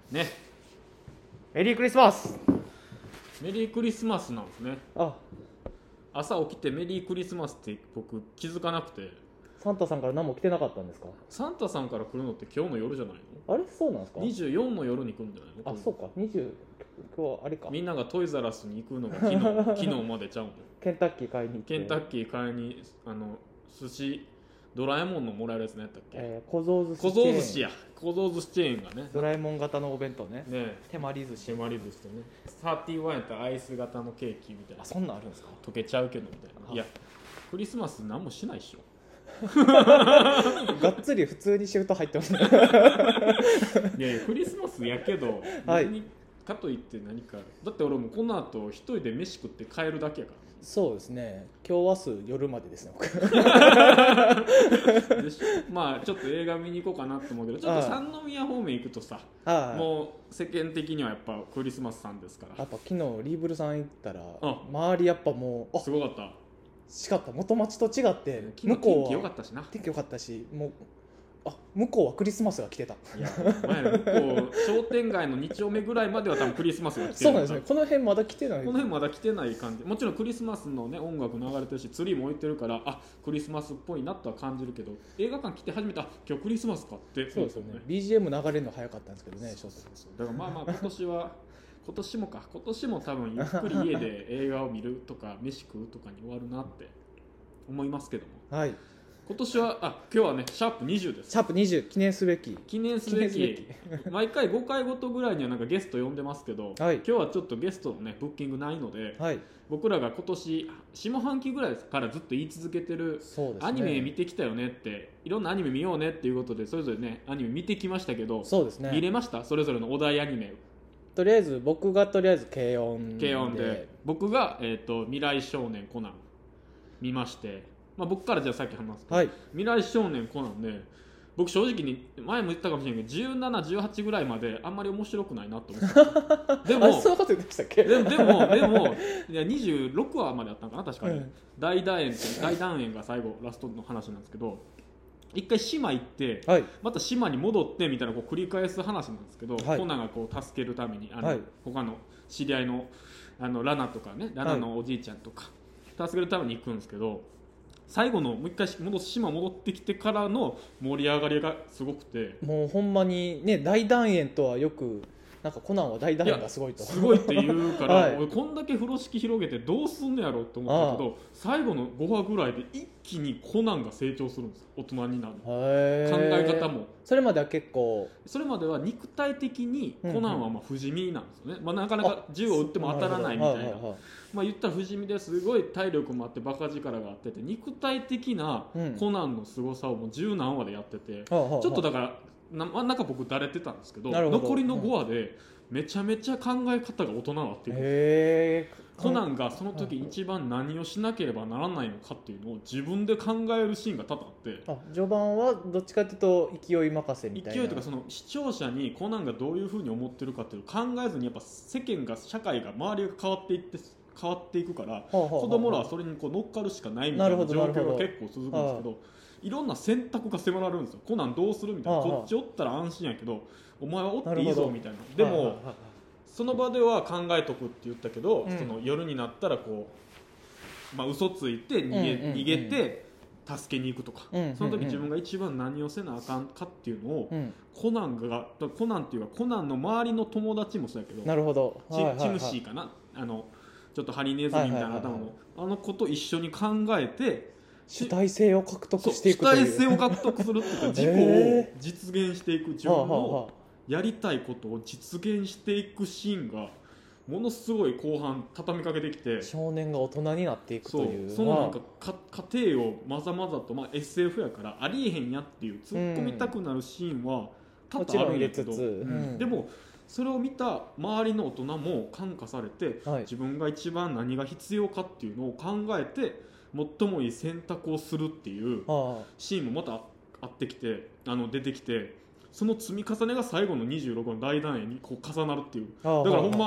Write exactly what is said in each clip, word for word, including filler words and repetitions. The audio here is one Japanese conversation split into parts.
ね。 メリークリスマス。 メリークリスマスなんですね。 あ、 朝起きてメリークリスマスって僕気づかなくて、 サンタさんから何も来てなかったんですか？ サンタさんから来るのって今日の夜じゃないあれ、そうなんですか？ の？にじゅうよっかの夜に来るんじゃないの？ あ、そうか、にじゅう、今日はあれか、 みんながトイザラスに行くのが昨日昨日までちゃうの。 ケンタッキー買いに行って、 ケンタッキー買いにあの寿司ドラえもんのもらえるやつねやったっけ？ えー、小僧寿司小僧寿司や小僧寿司チェーンがねドラえもん型のお弁当ね、 ね手まり寿司。 手まり寿司とねサーティワンやったらアイス型のケーキみたいな、 あ、そんなんあるんですか？ 溶けちゃうけどみたいな。 はいいやクリスマス何もしないっしょ。 がっつり普通にシフト入ってますね。 いやいやクリスマスやけど、 はい別にかといって何かだって俺もこの後一人で飯食って帰るだけやかそうですね、今日明日夜までですね、僕。 らでしまあちょっと映画見に行こうかなと思うけど、ちょっと三宮方面行くとさ、 はい、 もう世間的にはやっぱクリスマスさんですからやっぱ昨日リーブルさん行ったらあ周りやっぱもう、あ、 すごかった。 しかった元町と違って昨日向こうは天気良かったしな。 天気良かったし、もう、あ、向こうはクリスマスが来てた。 いや前の向こう商店街のに丁目ぐらいまでは多分クリスマスが来てる。 そうなんですね、この辺まだ来てない。 この辺まだ来てない感じ。もちろんクリスマスのね音楽流れてるしツリーも置いてるから、あクリスマスっぽいなとは感じるけど、映画館来て初めてあ今日クリスマスかってそうですよね、 ビージーエム 流れるの早かったんですけどね。 そうそうそう。だからまあまあ今年は今年もか今年も多分ゆっくり家で映画を見るとか飯食うとかに終わるなって思いますけども、 はい、 今年はあ今日はねシャープにじゅうです。 シャープにじゅう記念すべき。 記念すべき記念すべ毎回ごかいごとぐらいにはなんかゲスト呼んでますけど、 はい今日はちょっとゲストのねブッキングないので、 はい、 僕らが今年下半期ぐらいからずっと言い続けてるそうですね、 アニメ見てきたよねって、いろんなアニメ見ようねっていうことでそれぞれねアニメ見てきましたけど、 そうですね、 見れましたそれぞれのお題アニメ。 とりあえず僕がとりあえず軽音で、 軽音で僕が、えーと「未来少年コナン」見まして、まあ、僕からじゃあさっき話すと、 はい、 未来少年コナンね、僕正直に前も言ったかもしれないけどじゅうなな、じゅうはちぐらいまであんまり面白くないなと思ってたでもあ、そういうこと言ってましたっけ？ でもでもでもいやにじゅうろくわまであったのかな確かに、 うん大団円って大団円が最後ラストの話なんですけど、一回島行ってはい、 また島に戻ってみたいなこう繰り返す話なんですけど、 はいコナンがこう助けるためにあの、 はい他の知り合いのあのラナとかねラナのおじいちゃんとか、助けるために行くんですけど、最後のもう一回戻島戻ってきてからの盛り上がりがすごくて、 もうほんまにね、大団円とはよくなんかコナンは大団円がすごいと、 すごいって言うから、 はい俺こんだけ風呂敷広げてどうすんのやろって思ったけど、最後のごわぐらいで一気にコナンが成長するんです。大人になるへー考え方も。 それまでは結構それまでは肉体的にコナンはまあ不死身なんですよね、まあ、なかなか銃を撃っても当たらないみたいな、 るほどはいはいはいまあ、言ったら不死身ですごい体力もあってバカ力があってて、肉体的なコナンの凄さをもう十何話でやってて、 はあはあはあちょっとだからな真ん中僕だれてたんですけど、 なるほど残りのごわでめちゃめちゃ考え方が大人になっていく。 へーコナンがその時一番何をしなければならないのかっていうのを自分で考えるシーンが多々あって、 あ、序盤はどっちかっていうと勢い任せみたいな。 勢いとかその視聴者にコナンがどういうふうに思ってるかっていうのを考えずに、やっぱ世間が社会が周りが変わっていって変わっていくから、 はあはあはあ子供らはそれにこう乗っかるしかないみたいななるほど状況がなるほど結構続くんですけど、いろんな選択が迫られるんですよ。コナンどうするみたいな、 はあはあこっちおったら安心やけどお前はおっていいなるほどぞみたいな。でも、 はいはいはいその場では考えとくって言ったけど、 うんその夜になったらこう、まあ、嘘ついて逃げ,、 うんうんうん逃げて助けに行くとか、 うんうんうんその時自分が一番何をせなあかんかっていうのを、 うん、 コナンがコナンっていうかコナンの周りの友達もそうやけど、 なるほど、 チはいはいはいチムシーかな、あのちょっとハリネズミみたいな頭の、 はいはいはいはいあの子と一緒に考えて主体性を獲得していく主という体性を獲得するっていうか自己をへ実現していく、自分はあはあはのやりたいことを実現していくシーンがものすごい後半畳みかけてきて、 あ少年が大人になっていくとそういうそのなんかか家庭をまざまざと、まあ、エスエフ やからありえへんやっていう突っ込みたくなるシーンは多もちろん 々あるんやけど、 入れつつ、 うんうんでもそれを見た周りの大人も感化されて、 はい自分が一番何が必要かっていうのを考えて最もいい選択をするっていうはシーンもまたあってきて、あの出てきて、その積み重ねが最後のにじゅうろくの大団円にこう重なるっていう。 あはあだからほんま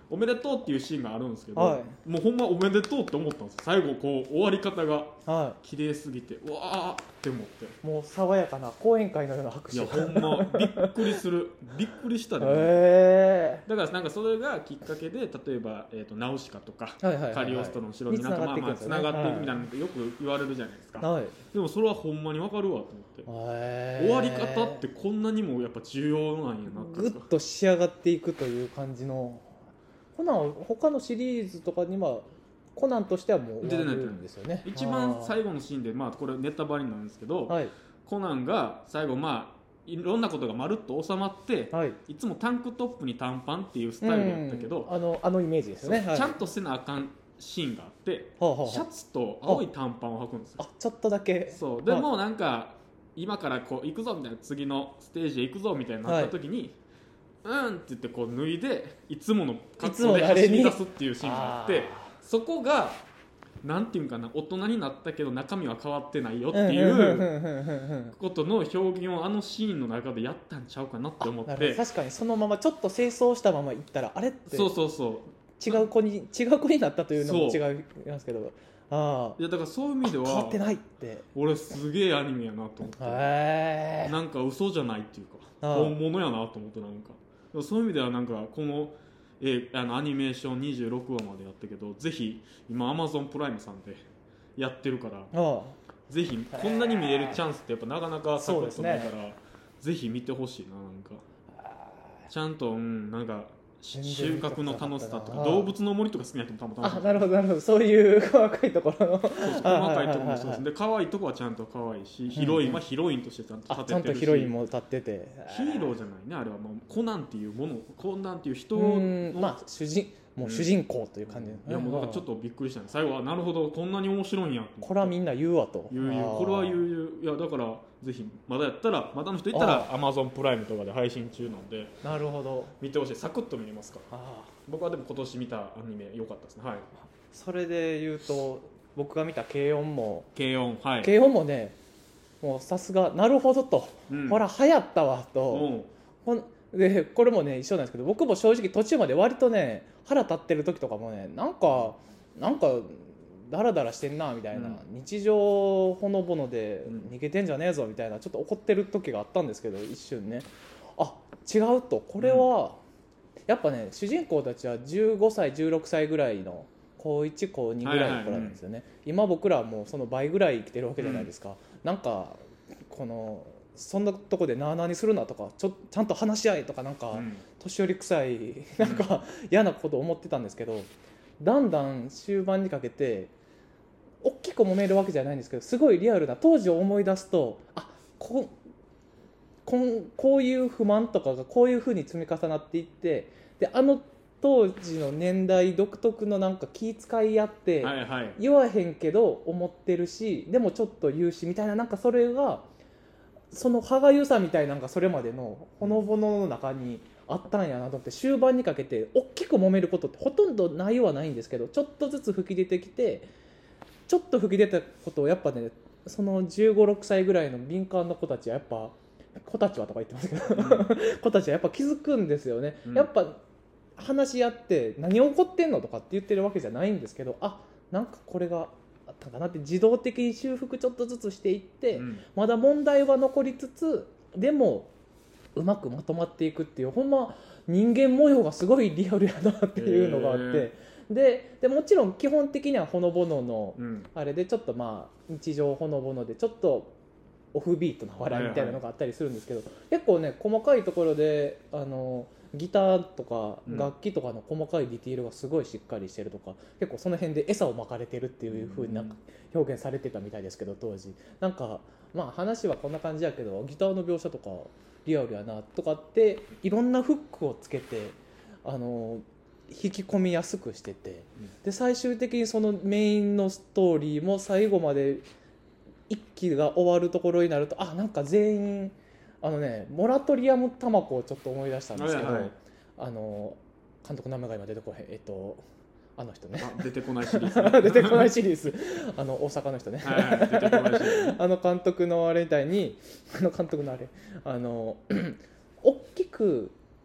おめでとうっていうシーンがあるんですけど、 はもうほんまおめでとうって思ったんですよ。最後こう終わり方がは綺麗すぎてうわーって思って、 い、もう爽やかな講演会のような拍手。 いやほんまびっくりするびっくりしたね、 へだからなんかそれがきっかけで例えば、えー、とナウシカとか、 ーはいはいはいはい、 カリオストロの城になんかまあまあつながっていくみたいなのよく言われるじゃないですか、 はい、 でもそれはほんまにわかるわと思って、 へー終わり方ってこんなにもやっぱ重要なんやなってぐっと仕上がっていくという感じの。コナンは他のシリーズとかにはコナンとしてはもう終わるんですよね。 一番最後のシーンで、まあ、これネタバレになるんですけど、 はいコナンが最後まあいろんなことがまるっと収まって、 はい、 いつもタンクトップに短パンっていうスタイルやったけど、 うん、あのあのイメージですよね、はい、 ちゃんとせなあかんシーンがあって、 はあはあ、 シャツと青い短パンを履くんですよ。 あちょっとだけそうでもなんか今からこう行くぞみたいな、次のステージへ行くぞみたいになった時に、はい、うんって言ってこう脱いでいつもの格好で走り出すっていうシーンがあって、そこがなんていうかな、大人になったけど中身は変わってないよっていうことの表現をあのシーンの中でやったんちゃうかなって思って、 確かにそのままちょっと清掃したまま行ったらあれってそうそうそう違う子に違う子になったというのも違いますけど、あいやだからそういう意味では変わってないって俺すげえアニメやなと思って、 へーなんか嘘じゃないっていうか本物やなと思って、なんかそういう意味ではなんかこのえあのアニメーションにじゅうろくわまでやったけど、ぜひ今 Amazon プライムさんでやってるから、 あぜひこんなに見れるチャンスってやっぱなかなかサクッとないから、ね、ぜひ見てほしいな。なんかちゃんと、うん、なんか収穫の楽しさとか動物の森とか好きな人もたまたま、 あなるほどなるほど、そういう細かいところのそう細かいところもそうです。で可愛いとこはちゃんと可愛いし、ヒロインはヒロインとしてちゃんと立ててるし、 ちゃんとヒロインも立ってて、 ヒーローじゃないねあれは、もうコナンっていうもの、コナンっていう人のうんまあ主人もう主人公という感じ、 うん、いやもうなんかちょっとびっくりしたね最後は。なるほどこんなに面白いんやと思って、 これはみんな言うわと言う言うこれは言う言う。いやだからぜひまだやったらまだの人いったら Amazon プライムとかで配信中なんで、 なるほど見てほしい。サクッと見れますから。 あ僕はでも今年見たアニメ良かったですね。はい。 それで言うと僕が見た軽音も軽音、はい、 軽音もねもうさすがなるほどと、うん、ほら流行ったわと、ほんでこれもね一緒なんですけど、僕も正直途中まで割とね腹立ってる時とかもねなんかなんかダラダラしてんなみたいな、うん、日常ほのぼので逃げてんじゃねえぞみたいなちょっと怒ってる時があったんですけど、一瞬ねあ違うと、これは、うん、やっぱね主人公たちはじゅうごさいじゅうろくさいぐらいの高いち高にぐらいの子なんですよね、はいはいうん、今僕らはもうその倍ぐらい生きてるわけじゃないですか、うん、なんかこのそんなとこでなあなあにするなとかちょちゃんと話し合いとかなんか、うん、年寄り臭いなんか嫌なこと思ってたんですけど、だんだん終盤にかけて大きく揉めるわけじゃないんですけど、すごいリアルな当時を思い出すと、あここんこういう不満とかがこういうふうに積み重なっていって、であの当時の年代独特のなんか気遣い合って、はいはい、言わへんけど思ってるしでもちょっと言うしみたいな、なんかそれがその歯がゆさみたいなのがそれまでのほのぼのの中にあったんやなと思って、終盤にかけて大きく揉めることってほとんどないはないんですけど、ちょっとずつ吹き出てきて、ちょっと吹き出たことをやっぱねそのじゅうご、ろくさいぐらいの敏感な子たちはやっぱ子たちはとか言ってますけど、うん、子たちはやっぱ気づくんですよね、うん、やっぱ話し合って何起こってんのとかって言ってるわけじゃないんですけど、あなんかこれがあったかなって自動的に修復ちょっとずつしていって、うん、まだ問題は残りつつでもうまくまとまっていくっていう、ほんま人間模様がすごいリアルやなっていうのがあって、で, でもちろん基本的にはほのぼののあれでちょっとまあ日常ほのぼのでちょっとオフビートな笑いみたいなのがあったりするんですけど、はいはい、結構ね細かいところであのギターとか楽器とかの細かいディティールがすごいしっかりしてるとか、うん、結構その辺で餌をまかれてるっていう風になんか表現されてたみたいですけど、当時なんかまあ話はこんな感じやけどギターの描写とかリアルやなとかっていろんなフックをつけてあの引き込みやすくしてて、で最終的にそのメインのストーリーも最後まで一期が終わるところになると、あなんか全員あのねモラトリアムタマコをちょっと思い出したんですけど、はいはい、あの監督の名前が今出てこへん、えっとあの人ね出てこないシリーズ出てこないシリーズあの大阪の人ね、 はいはい、出てこないシリーズあの監督のあれみたいにあの監督のあれあの大きく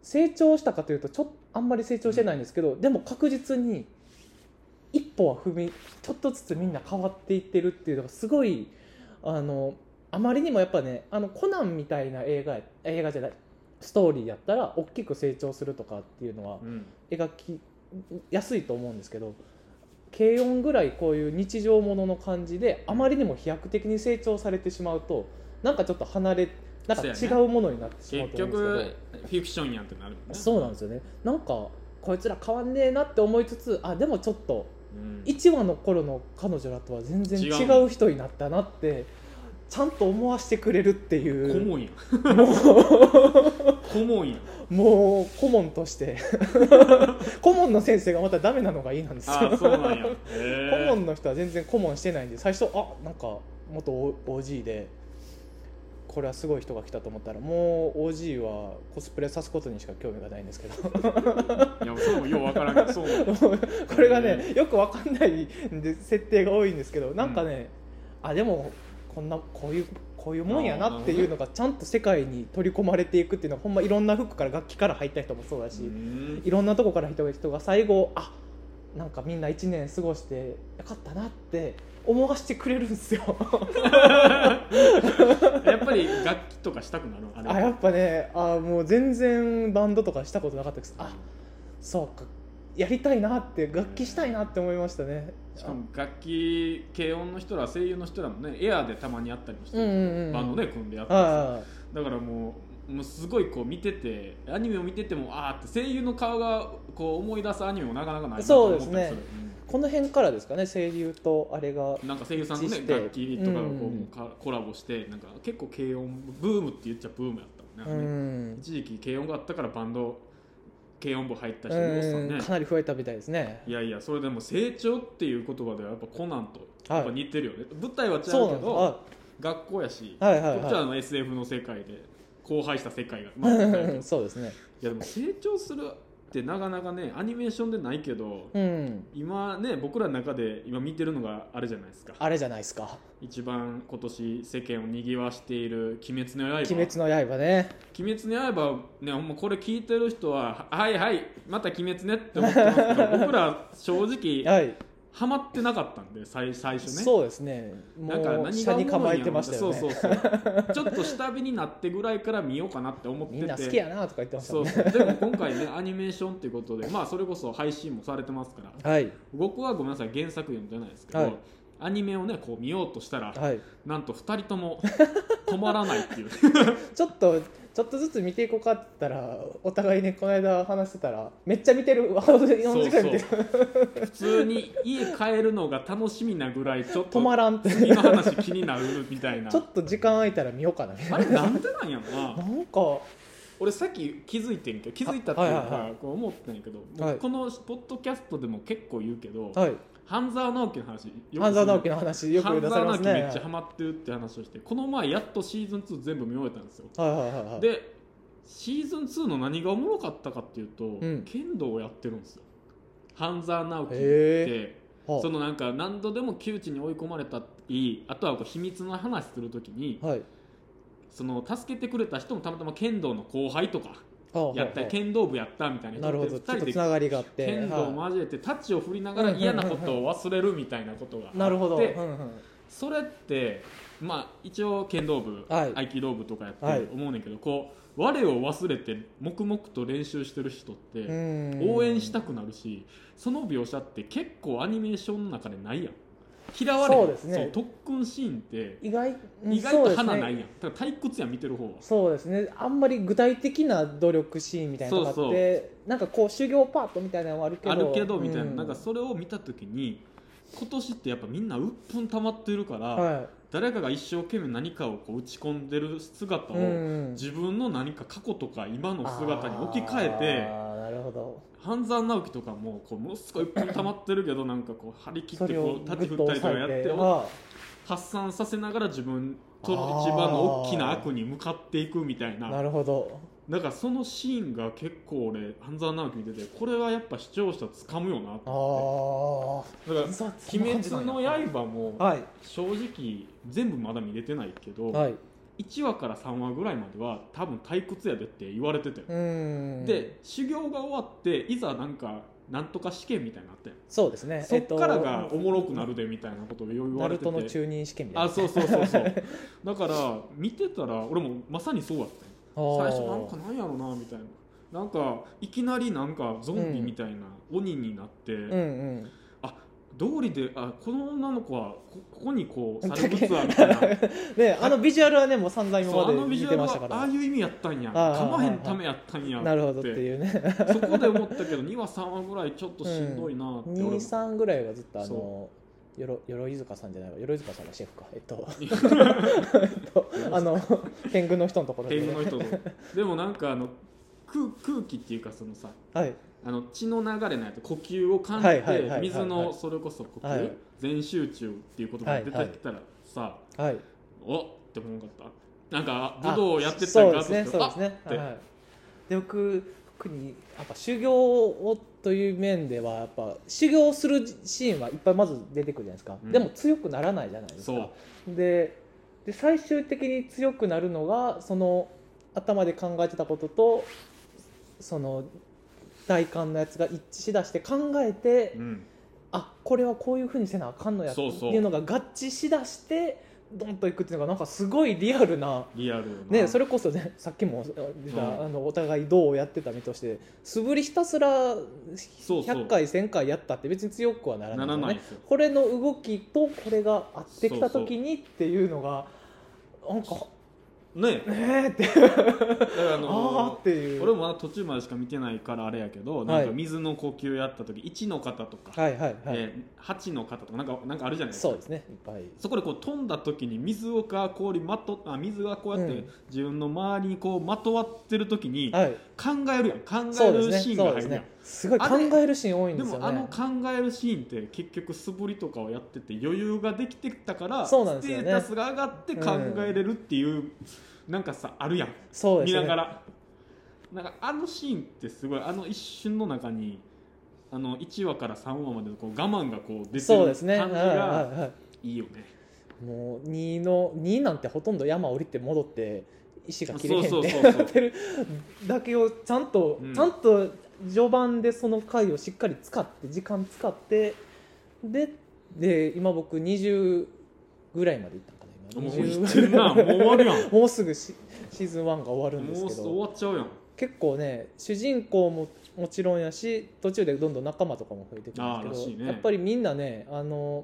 成長したかというとちょっとあんまり成長してないんですけど、うん、でも確実に一歩は踏みちょっとずつみんな変わっていってるっていうのがすごいあのあまりにもやっぱねあのコナンみたいな映画映画じゃないストーリーやったら大きく成長するとかっていうのは描きやすいと思うんですけど、軽音ぐらいこういう日常ものの感じであまりにも飛躍的に成長されてしまうとなんかちょっと離れなんか違うものになってしまうと思うんですけど、 結局フィクションやんってなるもんね。 そうなんですよね。なんかこいつら変わんねえなって思いつつあでもちょっといちわの頃の彼女らとは全然違う人になったなってちゃんと思わせてくれるっていう顧問やもう顧問やもう顧問として顧問の先生がまたダメなのがいいなんですよ。 あそうなんや顧問の人は全然顧問してないんで最初あなんか元 オージー でこれはすごい人が来たと思ったらもう オージー はコスプレさすことにしか興味がないんですけどいやそうようわからんけどそうこれがねよくわかんないで設定が多いんですけどなんかね、うん、あでもこんなこういうこういうもんやなっていうのがちゃんと世界に取り込まれていくっていうのはほんまいろんな服から楽器から入った人もそうだしいろんなとこから人が人が最後あなんかみんないちねん過ごしてよかったなって思わせてくれるんですよやっぱり楽器とかしたくなるあれあやっぱねあもう全然バンドとかしたことなかったです。あそうかやりたいなって楽器したいなって思いましたね。 しかも楽器軽音の人ら声優の人らもねエアーでたまにやったりもして、うんうんうん、バンドで組んでやったりだからもう、もうすごいこう見ててアニメを見ててもあーって声優の顔がこう思い出すアニメもなかなかないなと思ったりする。そうですね、うん、この辺からですかね声優とあれがなんか声優さんのね楽器とかがこう、うん、コラボしてなんか結構軽音ブームって言っちゃブームやったもんね、うん、一時期軽音があったからバンド軽音部入った人もいますね。 かなり増えたみたいですね。 いやいやそれでも成長っていう言葉ではやっぱコナンとやっぱ似てるよね、はい、舞台は違うけど学校やし、はいはいはい、こっちはの エスエフ の世界で荒廃した世界が、まあ、 そうですね。 いやでも成長するってなかなかねアニメーションでないけど、うん、今ね僕らの中で今見てるのがあれじゃないですか。 あれじゃないですか。 一番今年世間を賑わしている鬼滅の刃。 鬼滅の刃ね。 鬼滅の刃ねほんまこれ聞いてる人ははいはいまた鬼滅ねって思ってますけど僕ら正直、はいハマってなかったんで 最, 最初ね。 そうですね。もうなんか何がに構えてましたよね。 そうそうそうちょっと下火になってぐらいから見ようかなって思っててみんな好きやなとか言ってましたね。 そうそうでも今回ねアニメーションっていうことでまあそれこそ配信もされてますから、はい、僕はごめんなさい原作読んでないですけど、はい、アニメをねこう見ようとしたら、はい、なんとふたりとも止まらないっていうちょっとちょっとずつ見ていこうかって言ったらお互いねこの間話してたらめっちゃ見てるよんじかん見てる普通に家帰るのが楽しみなぐらいちょっと止まらんって次の話気になるみたいなちょっと時間空いたら見ようかなみたいなあれなんでなんやろななんか俺さっき気づいてんけど気づいたっていうか、はいはいはい、こう思ったんやけど、はい、このポッドキャストでも結構言うけど、はい半沢直樹の話よく半沢直樹の話よく出されますね。 半沢直樹めっちゃハマってるって話をしてこの前やっとシーズンツー全部見終えたんですよ、はいはいはいはい、でシーズンツーの何がおもろかったかっていうと、うん、剣道をやってるんですよ半沢直樹ってそのなんか何度でも窮地に追い込まれたりあとはこう秘密の話するときに、はい、その助けてくれた人もたまたま剣道の後輩とかやった剣道部やったみたいななるほどちょっとつながりがあって剣道を交えてタッチを振りながら嫌なことを忘れるみたいなことがあってなるほど、それってまあ一応剣道部、はい、合気道部とかやって思うねんけど、はい、こう我を忘れて黙々と練習してる人って応援したくなるしその描写って結構アニメーションの中でないやん嫌われる、そうですね、そう特訓シーンって意外、意外と花ないやん、ね、だから退屈やん見てる方は。 そうですねあんまり具体的な努力シーンみたいなのがあってそうそうなんかこう修行パートみたいなのもあるけどあるけどみたいな、うん、なんかそれを見た時に今年ってやっぱみんな鬱憤溜まってるから、はい、誰かが一生懸命何かをこう打ち込んでる姿を、うん、自分の何か過去とか今の姿に置き換えてあなるほど半沢直樹とかもこうものすごい鬱憤溜まってるけどなんかこう張り切ってこう立ち振ったりとかやって発散させながら自分との一番の大きな悪に向かっていくみたいな。 なるほどだからそのシーンが結構俺半沢直樹見ててこれはやっぱ視聴者つかむよなと思ってだから「鬼滅の刃」も正直全部まだ見れてないけど、はい、 いちわからさんわぐらいまでは多分退屈やでって言われてて、で修行が終わっていざなんかなんとか試験みたいになってん。 そうですね。 そっからがおもろくなるでみたいなことを言われてて、 ナルトの中任試験みたいな。 あ、そうそうそうそう。だから見てたら俺もまさにそうだったよ。最初なんかなんやろなみたいな、なんかいきなりなんかゾンビみたいな鬼になって、うんうんうん、あ、道理で、あ、この女の子は こ, ここにこうされぶつはみたいなね、あのビジュアルはねもう散々今まで見てましたから、 ああいう意味やったんや、かまへんためやったんやって、 なるほどっていうねそこで思ったけどにわさんわぐらいちょっとしんどいなって、うん、 にさんぐらいはずっとあのよろ鎧塚さんじゃないわ、鎧塚さんがシェフか、えっとあの天狗の人のところで、 天狗の人でもなんかあの 空, 空気っていうかそのさ、はい、あの血の流れのやつ、呼吸を感じて水のそれこそ呼吸、はい、全集中っていう言葉が出てきたらさ、はいはい、おって思うかった。なんか武道をやってたんかと思って、 そうですね、そうですね、はい、で僕特にやっぱ修行をという面ではやっぱ修行するシーンはいっぱいまず出てくるじゃないですか、うん、でも強くならないじゃないですか。でで最終的に強くなるのがその頭で考えてたこととその体感のやつが一致しだして考えて、うん、あ、これはこういうふうにせなあかんのやっていうのが合致しだしてドンといくっていうのがなんかすごいリアルな、 リアルね、それこそねさっきも出た、うん、あのお互いどうやってた身として素振りひたすらひゃっかいせんかいやったって別に強くはならないですよね。ならないですよ。これの動きとこれが合ってきた時にっていうのがなんかねえねえってあのあっていう。 俺も途中までしか見てないからあれやけど、なんか水の呼吸やった時いちの方とか、はいはいはい、えー、はちの方とかなんかなんかあるじゃないですか。 そうですね、いっぱい。 そこでこう飛んだ時に水が氷まとあ水がこうやって自分の周りにこうまとわってる時に考えるやん、考えるシーンが入るやん。 すごい考えるシーン多いんですよね。 でもあの考えるシーンって結局素振りとかをやってて余裕ができてきたからそうなんですよね、 ステータスが上がって考えれるっていう、うん、なんかさあるやん。 そうですね、 見ながらなんかあのシーンってすごいあの一瞬の中にあのいちわからさんわまでのこう我慢がこう出てる感じがいいよね。 もうにのになんてほとんど山降りて戻って石が切れへんってなってるだけをちゃんと、うん、ちゃんと序盤でその回をしっかり使って時間使ってでで今僕にじゅうぐらいまでいったんかな。 もういってるな、もう終わるやんもうすぐシーズンワンが終わるんですけど、 もう終わっちゃうやん。 結構ね主人公ももちろんやし途中でどんどん仲間とかも増えてくるんですけど、ね、やっぱりみんなねあの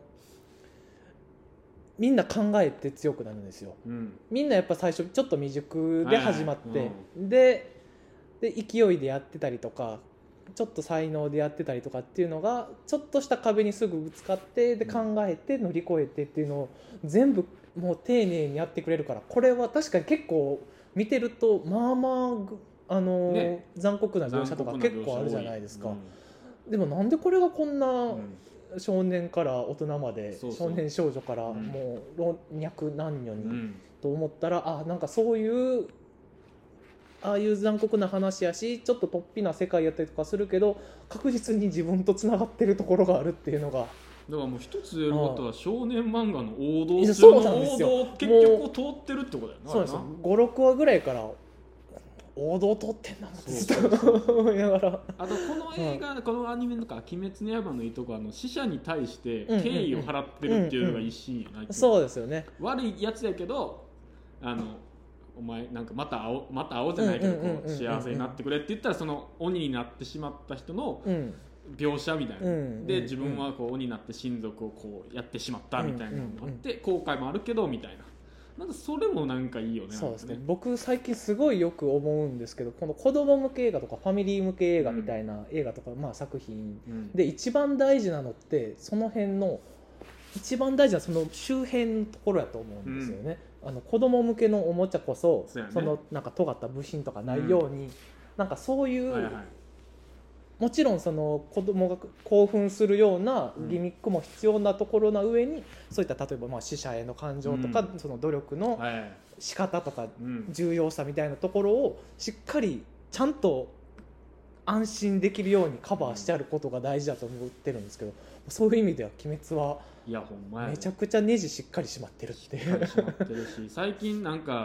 みんな考えて強くなるんですよ、うん、みんなやっぱ最初ちょっと未熟で始まって、はいはい、うん、で, で勢いでやってたりとかちょっと才能でやってたりとかっていうのがちょっとした壁にすぐぶつかってで考えて乗り越えてっていうのを全部もう丁寧にやってくれるから、これは確かに結構見てるとまあまあ、あのーね、残酷な描写とか結構あるじゃないですか、うん、でもなんでこれがこんな少年から大人まで、うん、少年少女からもう老若男女に、うん、と思ったらあなんかそういうああいう残酷な話やしちょっと突飛な世界やったりとかするけど確実に自分とつながってるところがあるっていうのが、 だからもう一つ言えることは少年漫画の王道中の王道結局通ってるってことだよね。 そうですよ。ごろくわぐらいから王道通ってんなってずっと思いながら、 あとこの映画、うん、このアニメとか「鬼滅の刃」のいいとこはあの死者に対して敬意を払ってるっていうのがいいシーンやな、うんうん、 そうですよね。 悪いやつやけどあのお前なんかまた会おうまた会おうじゃないけど幸せになってくれって言ったらその鬼になってしまった人の描写みたいな、うん、で自分はこう鬼になって親族をこうやってしまったみたいなのがあって後悔もあるけどみたいな、なんかそれもなんかいいよね。 そうですね。僕最近すごいよく思うんですけど、この子供向け映画とかファミリー向け映画みたいな映画とか、まあ作品で一番大事なのってその辺の一番大事なその周辺のところやと思うんですよね、うん、あの子供向けのおもちゃこそ そ,、ね、そのなんか尖った部品とかないように、うん、なんかそういう、はいはい、もちろんその子供が興奮するようなギミックも必要なところの上に、うん、そういった例えばまあ死者への感情とか、うん、その努力の仕方とか重要さみたいなところをしっかりちゃんと安心できるようにカバーしてあることが大事だと思ってるんですけど、そういう意味では鬼滅はいやほんまやめちゃくちゃネジしっかり締まってるっていうしっかり締まってるし最近なんか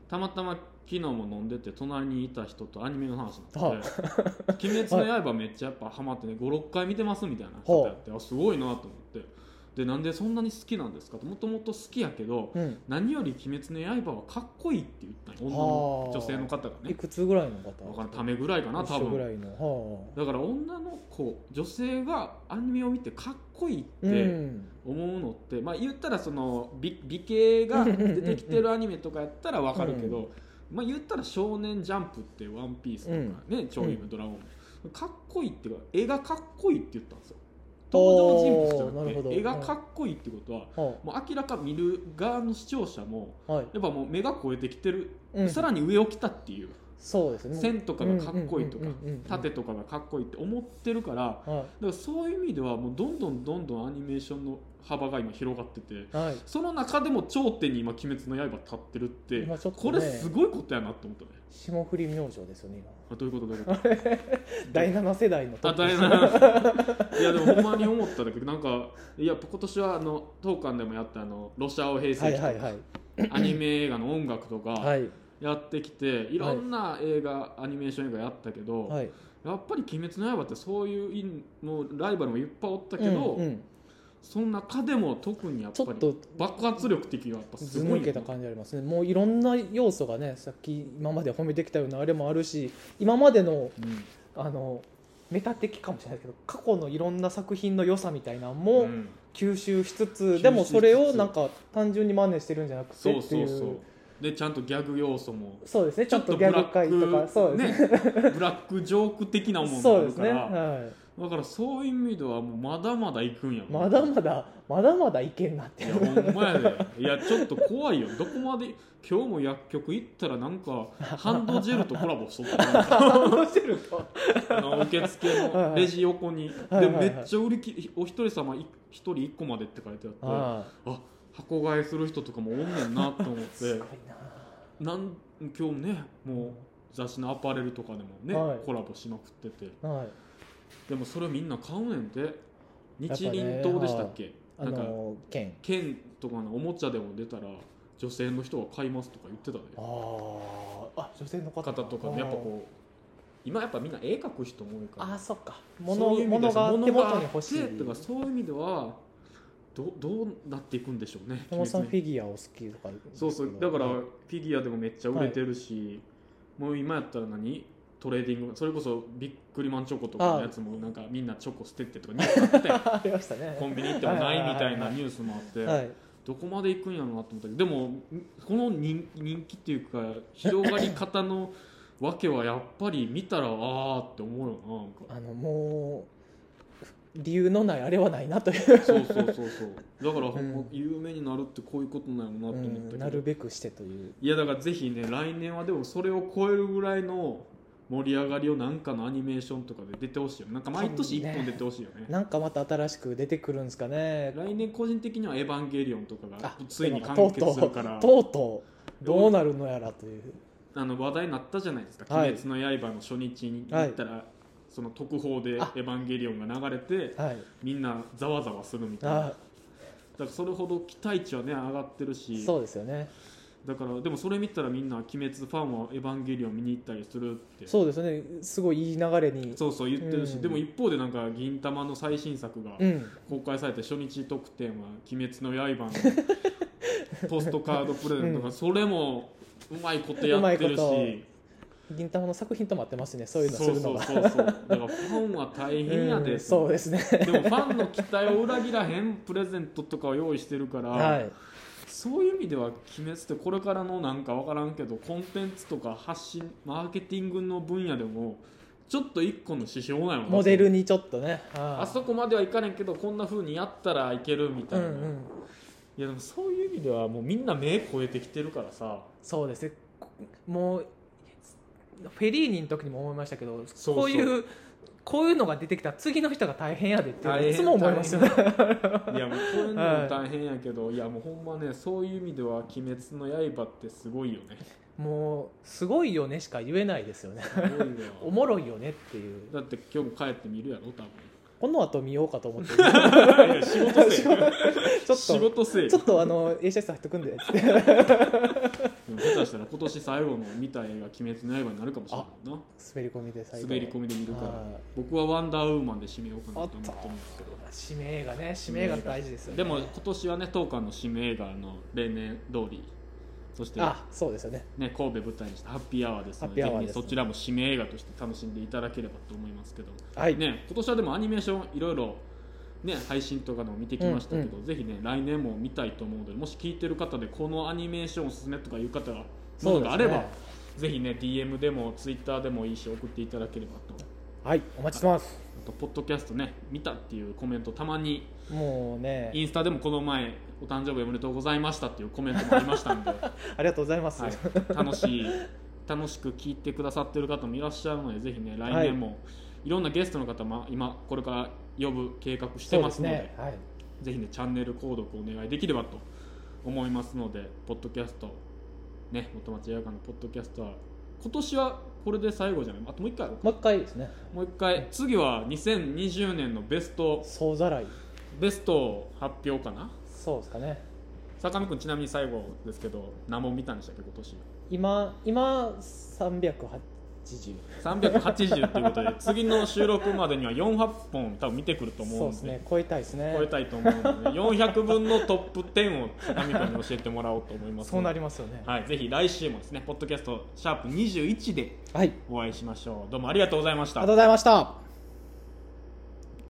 たまたま昨日も飲んでて隣にいた人とアニメの話になってて「鬼滅の刃」めっちゃやっぱハマってねごろっかい見てますみたいな人やってあすごいなと思ってでなんでそんなに好きなんですかともともと好きやけど、うん、何より「鬼滅の刃」はかっこいいって言ったんよ女の女性の方がねいくつぐらいの方わからんためぐらいかな多分ぐらいのだから女の子女性がアニメを見てかっこいいって思うのって、うん、まあ言ったらその 美, 美形が出てきてるアニメとかやったらわかるけど、うんまあ、言ったら少年ジャンプってワンピースとかね、うん、超今ドラゴン、うん、かっこいいっていうか絵がかっこいいって言ったんですよ登場人物じゃなくて絵がかっこいいってことは、うん、もう明らか見る側の視聴者も、はい、やっぱもう目が超えてきてる、うん、さらに上を来たっていうそうですね線とかがかっこいいとか縦とかがかっこいいって思ってるから、はい、だからそういう意味ではもうどんどんどんどんアニメーションの幅が今広がってて、はい、その中でも頂点に今「鬼滅の刃」立ってるって、ね、これすごいことやなと思ったね霜降り明星ですよね今あどういうことどういうことだいなな世代のトップあだいなないやでもほんまに思ったんだけどなんかいや今年はあの当館でもやったあのロシアオ平成期とか、はいはいはい、アニメ映画の音楽とか、はいやってきていろんな映画、はい、アニメーション映画やったけど、はい、やっぱり「鬼滅の刃」ってそういうもうライバルもいっぱいおったけど、うんうん、その中でも特にやっぱり爆発力的がやっぱすごい、ね、 ず抜けた感じありますねもういろんな要素がねさっき今まで褒めてきたようなあれもあるし今までの、うん、あのメタ的かもしれないけど過去のいろんな作品の良さみたいなのも吸収しつつ、うん、でもそれをなんか単純に真似してるんじゃなくてっていうそうそうそうでちゃんとギャグ要素もそうですねちょっとギャグ回とかそうですねブラックジョーク的なものがあるから、ねはい、だからそういう意味ではもうまだまだいくんやもんまだまだまだまだいけんなっていやほんまやでいやちょっと怖いよどこまで今日も薬局行ったらなんかハンドジェルとコラボしとったハンドジェルとあの受付のレジ横にはいはい、でめっちゃ売り切お一人様一人一個までって書いてあってああ箱買いする人とかもおんねんなと思ってすごいななん今日ねもう雑誌のアパレルとかでもね、はい、コラボしまくってて、はい、でもそれみんな買うねんて日輪刀でしたっけ、ね、なんか、あのー、剣剣とかのおもちゃでも出たら女性の人が買いますとか言ってたでああ女性の方とかねやっぱこう今やっぱみんな絵描く人も多いからあそっか物があって手元に欲しいとかそういう意味ではど, どうなっていくんでしょうね。 山本さんフィギュアお好きとかそうそうだからフィギュアでもめっちゃ売れてるし、はい、もう今やったら何トレーディングそれこそビックリマンチョコとかのやつもなんかみんなチョコ捨てってとかニュースあってありましたねコンビニ行ってもないみたいなニュースもあって、はい、どこまで行くんやろうなと思ったけどでもこの 人, 人気っていうか広がり方のわけはやっぱり見たらあーって思うよな、 なんかあのもう理由のないあれはないなというそうそうそうそうだから、うん、有名になるってこういうことなのなと思ったけど、 うん、なるべくしてといういやだからぜひね来年はでもそれを超えるぐらいの盛り上がりをなんかのアニメーションとかで出てほしいよなんか毎年いっぽん出てほしいよねなんかまた新しく出てくるんですかね来年個人的にはエヴァンゲリオンとかがついに完結するからとうとうどうなるのやらというあの話題になったじゃないですか「鬼滅の刃」の初日に行ったら、はいその特報でエヴァンゲリオンが流れて、はい、みんなざわざわするみたいなだからそれほど期待値はね上がってるしそうですよねだからでもそれ見たらみんな鬼滅ファンはエヴァンゲリオン見に行ったりするってそうですねすごいいい流れにそうそう言ってるし、うん、でも一方でなんか銀魂の最新作が公開されて初日特典は鬼滅の刃のポストカードプレゼントがそれもうまいことやってるし銀魂の作品とも合ってますねそういうのするのがそうそうそうそうだからファンは大変やで、うん、 そうですねでもファンの期待を裏切らへんプレゼントとかを用意してるから、はい、そういう意味では鬼滅ってこれからのなんか分からんけどコンテンツとか発信マーケティングの分野でもちょっと一個の指標なのモデルにちょっとねあ, あそこまではいかねんけどこんな風にやったらいけるみたいな、うんうん、いやでもそういう意味ではもうみんな目超えてきてるからさそうですねもうフェリーニの時にも思いましたけどそうそうこういうこういうのが出てきたら次の人が大変やでっていつも思いますよねいやもうこういうのも大変やけど、はい、いやもうほんまねそういう意味では「鬼滅の刃」ってすごいよねもうすごいよねしか言えないですよねおもろいよねっていうだって今日も帰って見るやろ多分この後見ようかと思っていや仕事せえちょっと仕事せえちょっとあの エーシーエス 入っとくんででも下手したら今年最後の見た映画「鬼滅の刃」になるかもしれないな。 滑り込みで最後滑り込みで見るから僕はワンダーウーマンで締めようかなと思ってるんですけど、 締め映画ね、締め映画大事ですよね。 でも今年はね当館の締め映画の例年通り、そしてあそうですよね、 ね、神戸舞台にしたハッピーアワーですので、ぜひ、ね、そちらも締め映画として楽しんでいただければと思いますけど、 はいね、今年はでもアニメーションいろいろね、配信とかでも見てきましたけど、うんうん、ぜひね来年も見たいと思うので、もし聞いてる方でこのアニメーションおすすめとかいう方がものがあれば、ね、ぜひね ディーエム でも ツイッター でもいいし送っていただければと。 はいお待ちしてます。 あとポッドキャストね見たっていうコメントたまにもうねインスタでもこの前お誕生日おめでとうございましたっていうコメントもありましたんでありがとうございます、 はい、楽しい楽しく聞いてくださってる方もいらっしゃるので、ぜひね来年もいろんなゲストの方も今これから呼ぶ計画してますので、 ねはい、 ぜひねチャンネル購読お願いできればと思いますので、ポッドキャストね元町映画館のポッドキャストは今年はこれで最後じゃない、あともう一回もう一回ですね、 もう一回次はにせんにじゅうねんのベスト総ざらいベスト発表かな。 そうですかね。 坂上くんちなみに最後ですけど何本見たんでしたっけ今年。 今今さんびゃくはちじゅうさんびゃくはちじゅうということで次の収録までにはよんはっぽん多分見てくると思うので、 そうですね、超えたいですね、 超えたいと思うので、ね、よんひゃくぶんのトップじゅうを坂上くんに教えてもらおうと思いますのでそうなりますよね、 はい、ぜひ来週もですねポッドキャストシャープにじゅういちでお会いしましょう。どうもありがとうございました。 ありがとうございました。